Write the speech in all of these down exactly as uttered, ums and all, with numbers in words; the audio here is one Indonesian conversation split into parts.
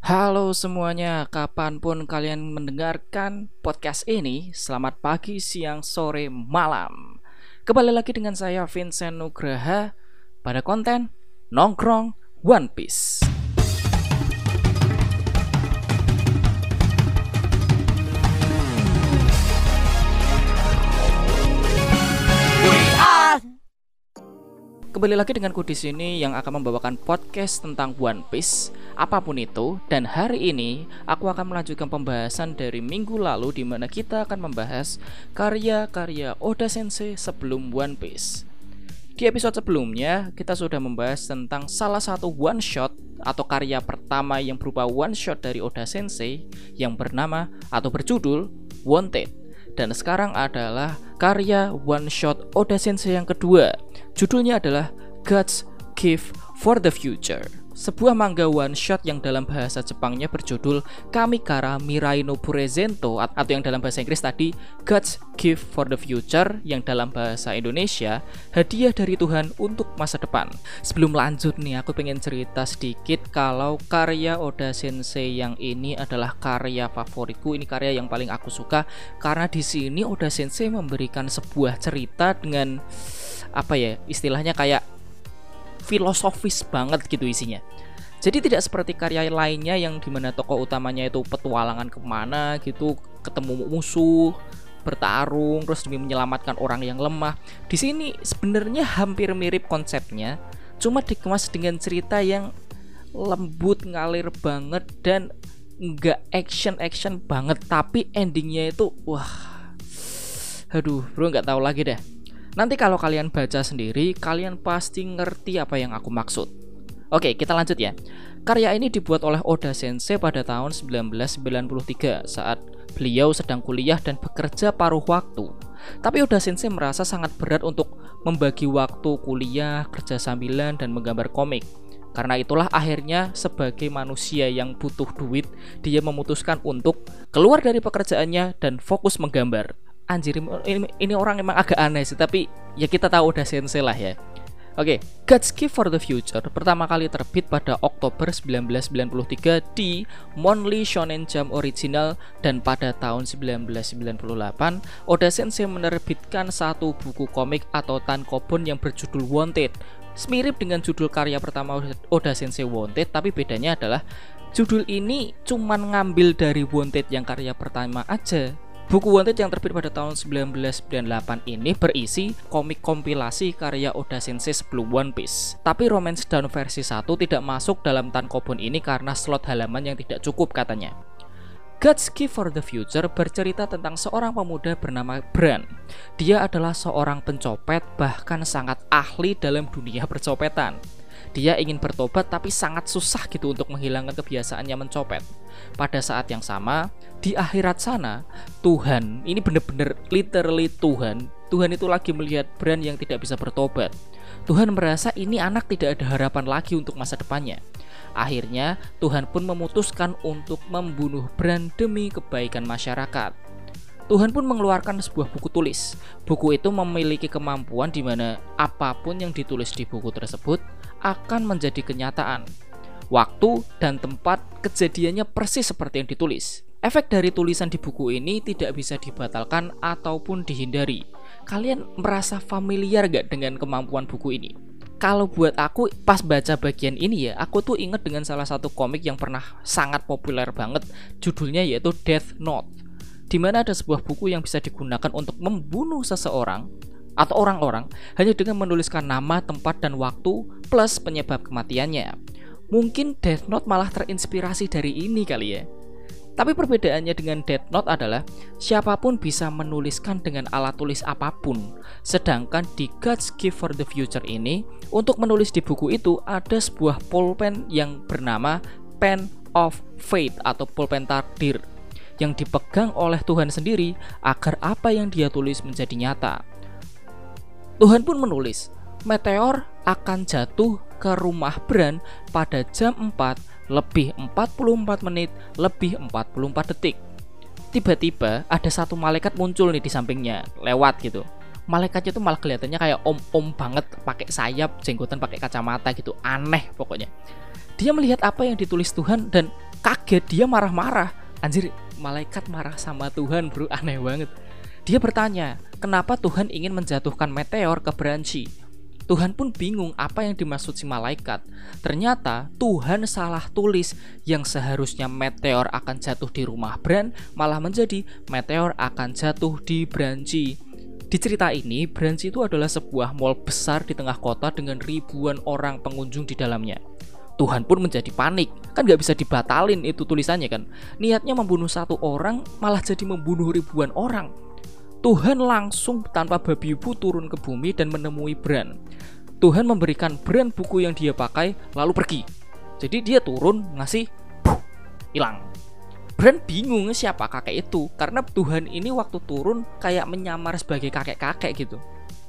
Halo semuanya, kapanpun kalian mendengarkan podcast ini, selamat pagi, siang, sore, malam. Kembali lagi dengan saya Vincent Nugraha pada konten Nongkrong One Piece. Kembali lagi denganku di sini yang akan membawakan podcast tentang One Piece, apapun itu. Dan hari ini aku akan melanjutkan pembahasan dari minggu lalu, di mana kita akan membahas karya-karya Oda Sensei sebelum One Piece. Di episode sebelumnya kita sudah membahas tentang salah satu one shot atau karya pertama yang berupa one shot dari Oda Sensei yang bernama atau berjudul Wanted. Dan sekarang adalah karya one shot Oda Sensei yang kedua. Judulnya adalah God's Gift for the Future. Sebuah manga one shot yang dalam bahasa Jepangnya berjudul Kamikara Mirai no Presento, atau yang dalam bahasa Inggris tadi God's Gift for the Future, yang dalam bahasa Indonesia hadiah dari Tuhan untuk masa depan. Sebelum lanjut nih, aku pengen cerita sedikit kalau karya Oda Sensei yang ini adalah karya favoritku. Ini karya yang paling aku suka karena di sini Oda Sensei memberikan sebuah cerita dengan apa ya, istilahnya kayak filosofis banget gitu isinya. Jadi tidak seperti karya lainnya yang dimana tokoh utamanya itu petualangan kemana gitu, ketemu musuh, bertarung, terus demi menyelamatkan orang yang lemah. Di sini sebenarnya hampir mirip konsepnya, cuma dikemas dengan cerita yang lembut, ngalir banget, dan nggak action-action banget. Tapi endingnya itu, wah, aduh bro, nggak tahu lagi deh. Nanti kalau kalian baca sendiri, kalian pasti ngerti apa yang aku maksud. Oke, kita lanjut ya. Karya ini dibuat oleh Oda Sensei pada tahun sembilan belas sembilan puluh tiga saat beliau sedang kuliah dan bekerja paruh waktu. Tapi Oda Sensei merasa sangat berat untuk membagi waktu kuliah, kerja sambilan, dan menggambar komik. Karena itulah akhirnya sebagai manusia yang butuh duit, dia memutuskan untuk keluar dari pekerjaannya dan fokus menggambar. Anjir, ini, ini orang emang agak aneh sih, tapi ya kita tahu Oda Sensei lah ya. Oke, God's Gift for the Future pertama kali terbit pada Oktober sembilan belas sembilan puluh tiga di Monthly Shonen Jump Original, dan pada tahun sembilan belas sembilan puluh delapan Oda Sensei menerbitkan satu buku komik atau tankobon yang berjudul Wanted. Semirip dengan judul karya pertama Oda Sensei Wanted, tapi bedanya adalah judul ini cuman ngambil dari Wanted yang karya pertama aja. Buku Wanted yang terbit pada tahun sembilan belas sembilan puluh delapan ini berisi komik kompilasi karya Oda Sensei sebelum One Piece. Tapi Romance Down versi satu tidak masuk dalam tankobon ini karena slot halaman yang tidak cukup katanya. God's Gift for the Future bercerita tentang seorang pemuda bernama Bran. Dia adalah seorang pencopet, bahkan sangat ahli dalam dunia percopetan. Dia ingin bertobat tapi sangat susah gitu untuk menghilangkan kebiasaannya mencopet. Pada saat yang sama, di akhirat sana, Tuhan, ini benar-benar literally Tuhan, Tuhan itu lagi melihat Bran yang tidak bisa bertobat. Tuhan merasa ini anak tidak ada harapan lagi untuk masa depannya. Akhirnya, Tuhan pun memutuskan untuk membunuh Bran demi kebaikan masyarakat. Tuhan pun mengeluarkan sebuah buku tulis. Buku itu memiliki kemampuan di mana apapun yang ditulis di buku tersebut akan menjadi kenyataan. Waktu dan tempat kejadiannya persis seperti yang ditulis. Efek dari tulisan di buku ini tidak bisa dibatalkan ataupun dihindari. Kalian merasa familiar gak dengan kemampuan buku ini? Kalau buat aku pas baca bagian ini ya, aku tuh inget dengan salah satu komik yang pernah sangat populer banget. Judulnya yaitu Death Note, di mana ada sebuah buku yang bisa digunakan untuk membunuh seseorang atau orang-orang hanya dengan menuliskan nama, tempat, dan waktu plus penyebab kematiannya. Mungkin Death Note malah terinspirasi dari ini kali ya. Tapi perbedaannya dengan Death Note adalah siapapun bisa menuliskan dengan alat tulis apapun. Sedangkan di God's Gift for the Future ini, untuk menulis di buku itu ada sebuah pulpen yang bernama Pen of Fate atau pulpen takdir, yang dipegang oleh Tuhan sendiri agar apa yang dia tulis menjadi nyata. Tuhan pun menulis, meteor akan jatuh ke rumah Bran pada jam empat lebih empat puluh empat menit lebih empat puluh empat detik. Tiba-tiba ada satu malaikat muncul nih di sampingnya, lewat gitu. Malaikatnya tuh malah kelihatannya kayak om-om banget, pakai sayap, jenggotan, pakai kacamata gitu, aneh pokoknya. Dia melihat apa yang ditulis Tuhan dan kaget, dia marah-marah. Anjir, malaikat marah sama Tuhan bro, aneh banget. Dia bertanya, kenapa Tuhan ingin menjatuhkan meteor ke Branchi? Tuhan pun bingung apa yang dimaksud si malaikat. Ternyata Tuhan salah tulis, yang seharusnya meteor akan jatuh di rumah Bran malah menjadi meteor akan jatuh di Branchi. Di cerita ini, Branchi itu adalah sebuah mall besar di tengah kota dengan ribuan orang pengunjung di dalamnya. Tuhan pun menjadi panik, kan gak bisa dibatalin itu tulisannya kan. Niatnya membunuh satu orang malah jadi membunuh ribuan orang. Tuhan langsung tanpa babi bu turun ke bumi dan menemui Bran. Tuhan memberikan Bran buku yang dia pakai lalu pergi. Jadi dia turun ngasih, hilang. Bran bingung siapa kakek itu, karena Tuhan ini waktu turun kayak menyamar sebagai kakek-kakek gitu.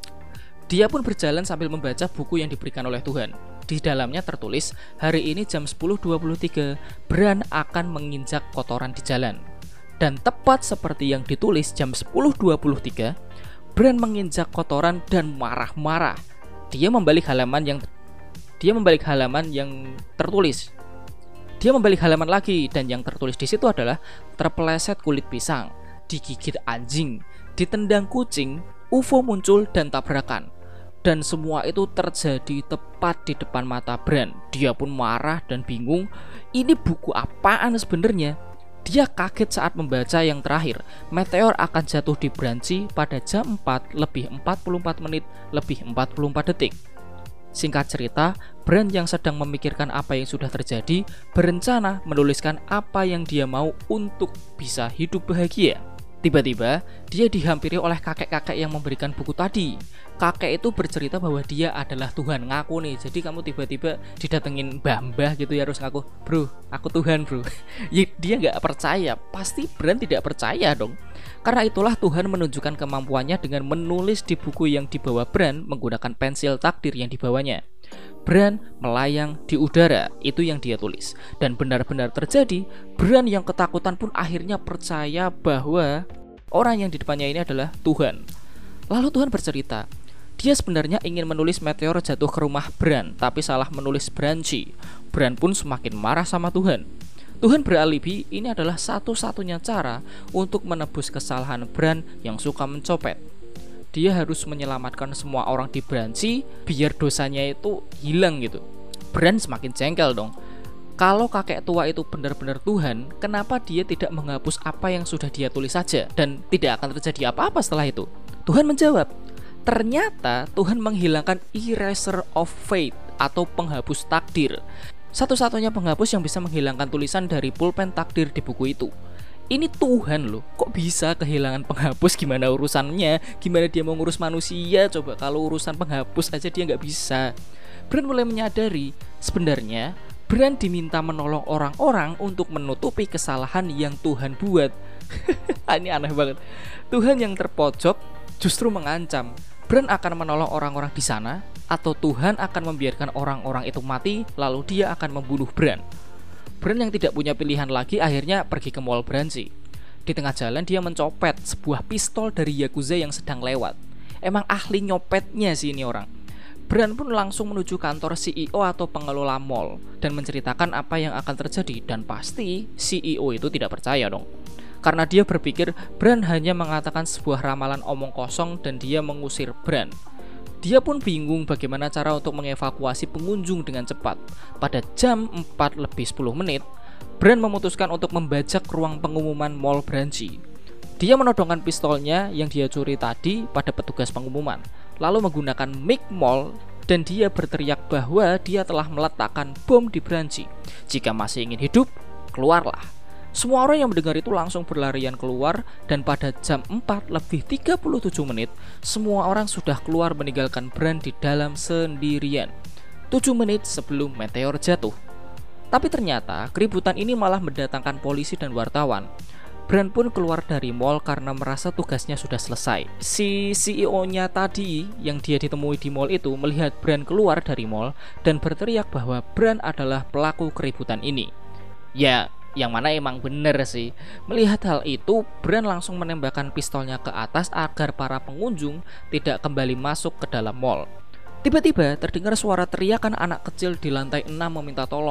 Dia pun berjalan sambil membaca buku yang diberikan oleh Tuhan. Di dalamnya tertulis, hari ini jam sepuluh dua puluh tiga, Bran akan menginjak kotoran di jalan. Dan tepat seperti yang ditulis jam sepuluh dua puluh tiga, Bran menginjak kotoran dan marah-marah. Dia membalik halaman yang dia membalik halaman yang tertulis. Dia membalik halaman lagi dan yang tertulis di situ adalah terpeleset kulit pisang, digigit anjing, ditendang kucing, U F O muncul dan tabrakan. Dan semua itu terjadi tepat di depan mata Bran. Dia pun marah dan bingung. Ini buku apaan sebenarnya? Dia kaget saat membaca yang terakhir, meteor akan jatuh di Branchi pada jam empat lebih empat puluh empat menit lebih empat puluh empat detik. Singkat cerita, Bran yang sedang memikirkan apa yang sudah terjadi berencana menuliskan apa yang dia mau untuk bisa hidup bahagia. Tiba-tiba, dia dihampiri oleh kakek-kakek yang memberikan buku tadi. Kakek itu bercerita bahwa dia adalah Tuhan, ngaku nih. Jadi kamu tiba-tiba didatengin mbah-mbah gitu ya, harus ngaku, bro, aku Tuhan bro. Ya, dia gak percaya, pasti Bran tidak percaya dong. Karena itulah Tuhan menunjukkan kemampuannya dengan menulis di buku yang dibawa Bran menggunakan pensil takdir yang dibawanya. Bran melayang di udara, itu yang dia tulis. Dan benar-benar terjadi, Bran yang ketakutan pun akhirnya percaya bahwa orang yang di depannya ini adalah Tuhan. Lalu Tuhan bercerita, dia sebenarnya ingin menulis meteor jatuh ke rumah Bran, tapi salah menulis Branchi. Bran pun semakin marah sama Tuhan. Tuhan beralibi ini adalah satu-satunya cara untuk menebus kesalahan Bran yang suka mencopet. Dia harus menyelamatkan semua orang di Branchi biar dosanya itu hilang gitu. Bran semakin jengkel dong. Kalau kakek tua itu benar-benar Tuhan, kenapa dia tidak menghapus apa yang sudah dia tulis saja dan tidak akan terjadi apa-apa setelah itu? Tuhan menjawab, ternyata Tuhan menghilangkan eraser of fate atau penghapus takdir. Satu-satunya penghapus yang bisa menghilangkan tulisan dari pulpen takdir di buku itu. Ini Tuhan loh, kok bisa kehilangan penghapus? Gimana urusannya? Gimana dia mau ngurus manusia? Coba kalau urusan penghapus aja dia nggak bisa. Bran mulai menyadari, sebenarnya Bran diminta menolong orang-orang untuk menutupi kesalahan yang Tuhan buat. Ini aneh banget. Tuhan yang terpojok justru mengancam, Bran akan menolong orang-orang di sana, atau Tuhan akan membiarkan orang-orang itu mati, lalu dia akan membunuh Bran. Bran yang tidak punya pilihan lagi akhirnya pergi ke mall Branchi. Di tengah jalan dia mencopet sebuah pistol dari Yakuza yang sedang lewat. Emang ahli nyopetnya sih ini orang. Bran pun langsung menuju kantor C E O atau pengelola mall dan menceritakan apa yang akan terjadi. Dan pasti C E O itu tidak percaya dong, karena dia berpikir Bran hanya mengatakan sebuah ramalan omong kosong dan dia mengusir Bran. Dia pun bingung bagaimana cara untuk mengevakuasi pengunjung dengan cepat. Pada jam empat lebih sepuluh menit, Bran memutuskan untuk membajak ruang pengumuman mall Branchi. Dia menodongkan pistolnya yang dia curi tadi pada petugas pengumuman, lalu menggunakan mic mall dan dia berteriak bahwa dia telah meletakkan bom di Branchi. Jika masih ingin hidup, keluarlah. Semua orang yang mendengar itu langsung berlarian keluar dan pada jam empat lebih tiga puluh tujuh menit, semua orang sudah keluar meninggalkan Bran di dalam sendirian. tujuh menit sebelum meteor jatuh. Tapi ternyata keributan ini malah mendatangkan polisi dan wartawan. Bran pun keluar dari mall karena merasa tugasnya sudah selesai. Si C E O-nya tadi yang dia ditemui di mall itu melihat Bran keluar dari mall dan berteriak bahwa Bran adalah pelaku keributan ini. Ya, yang mana emang bener sih. Melihat hal itu, Bran langsung menembakkan pistolnya ke atas agar para pengunjung tidak kembali masuk ke dalam mall. Tiba-tiba terdengar suara teriakan anak kecil di lantai enam meminta tolong.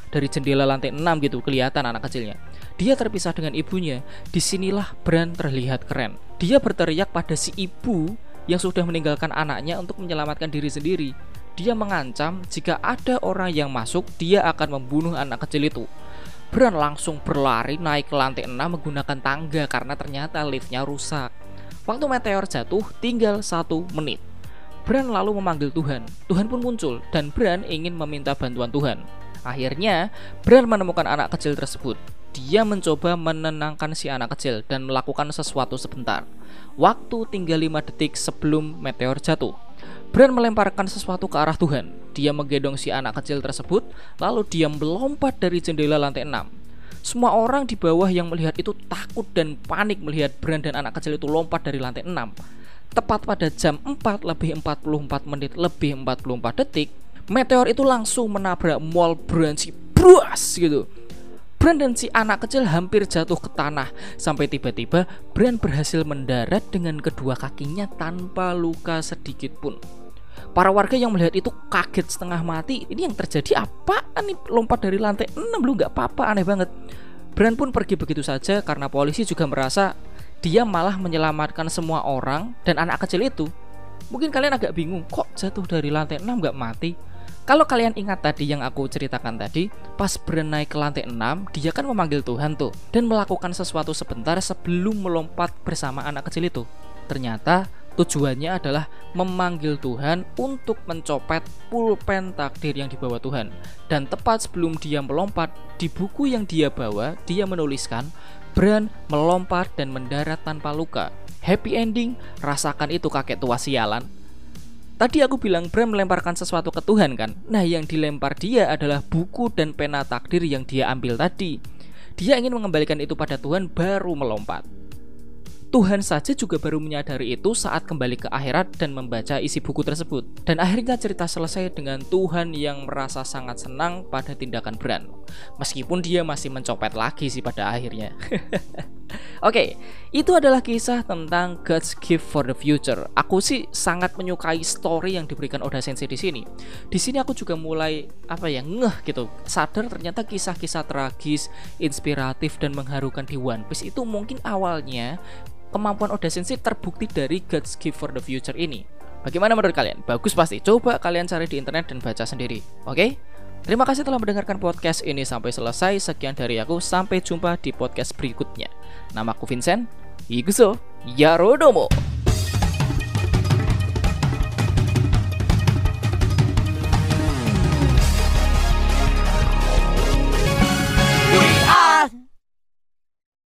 dari jendela lantai enam gitu, kelihatan anak kecilnya. Dia terpisah dengan ibunya. Disinilah Bran terlihat keren. Dia berteriak pada si ibu yang sudah meninggalkan anaknya untuk menyelamatkan diri sendiri. Dia mengancam jika ada orang yang masuk, dia akan membunuh anak kecil itu. Bran langsung berlari naik ke lantai enam menggunakan tangga karena ternyata liftnya rusak. Waktu meteor jatuh tinggal satu menit. Bran lalu memanggil Tuhan. Tuhan pun muncul dan Bran ingin meminta bantuan Tuhan. Akhirnya Bran menemukan anak kecil tersebut. Dia mencoba menenangkan si anak kecil dan melakukan sesuatu sebentar. Waktu tinggal lima detik sebelum meteor jatuh. Bran melemparkan sesuatu ke arah Tuhan. Dia menggendong si anak kecil tersebut, lalu dia melompat dari jendela lantai enam. Semua orang di bawah yang melihat itu takut dan panik melihat Bran dan anak kecil itu lompat dari lantai enam. Tepat pada jam empat lebih empat puluh empat menit lebih empat puluh empat detik, meteor itu langsung menabrak mall Bran si Bras gitu. Bran dan si anak kecil hampir jatuh ke tanah sampai tiba-tiba Bran berhasil mendarat dengan kedua kakinya tanpa luka sedikit pun. Para warga yang melihat itu kaget setengah mati. Ini yang terjadi apaan nih, lompat dari lantai enam lu, nggak apa-apa, aneh banget. Bran pun pergi begitu saja karena polisi juga merasa dia malah menyelamatkan semua orang dan anak kecil itu. Mungkin kalian agak bingung, kok jatuh dari lantai enam nggak mati? Kalau kalian ingat tadi yang aku ceritakan tadi, pas Bran naik ke lantai enam, dia kan memanggil Tuhan tuh dan melakukan sesuatu sebentar sebelum melompat bersama anak kecil itu. Ternyata tujuannya adalah memanggil Tuhan untuk mencopet pulpen takdir yang dibawa Tuhan. Dan tepat sebelum dia melompat, di buku yang dia bawa, dia menuliskan Bran melompat dan mendarat tanpa luka. Happy ending, rasakan itu kakek tua sialan. Tadi aku bilang Bran melemparkan sesuatu ke Tuhan kan? Nah, yang dilempar dia adalah buku dan pena takdir yang dia ambil tadi. Dia ingin mengembalikan itu pada Tuhan baru melompat. Tuhan saja juga baru menyadari itu saat kembali ke akhirat dan membaca isi buku tersebut. Dan akhirnya cerita selesai dengan Tuhan yang merasa sangat senang pada tindakan Bran. Meskipun dia masih mencopet lagi sih pada akhirnya. Oke, itu adalah kisah tentang God's Gift for the Future. Aku sih sangat menyukai story yang diberikan Oda Sensei di sini. Di sini aku juga mulai apa ya ngeh gitu, sadar ternyata kisah-kisah tragis, inspiratif dan mengharukan di One Piece itu mungkin awalnya kemampuan Oda Sensei terbukti dari God's Gift for the Future ini. Bagaimana menurut kalian? Bagus pasti. Coba kalian cari di internet dan baca sendiri. Oke? Terima kasih telah mendengarkan podcast ini sampai selesai. Sekian dari aku. Sampai jumpa di podcast berikutnya. Namaku Vincent. Iguso Yarodomo.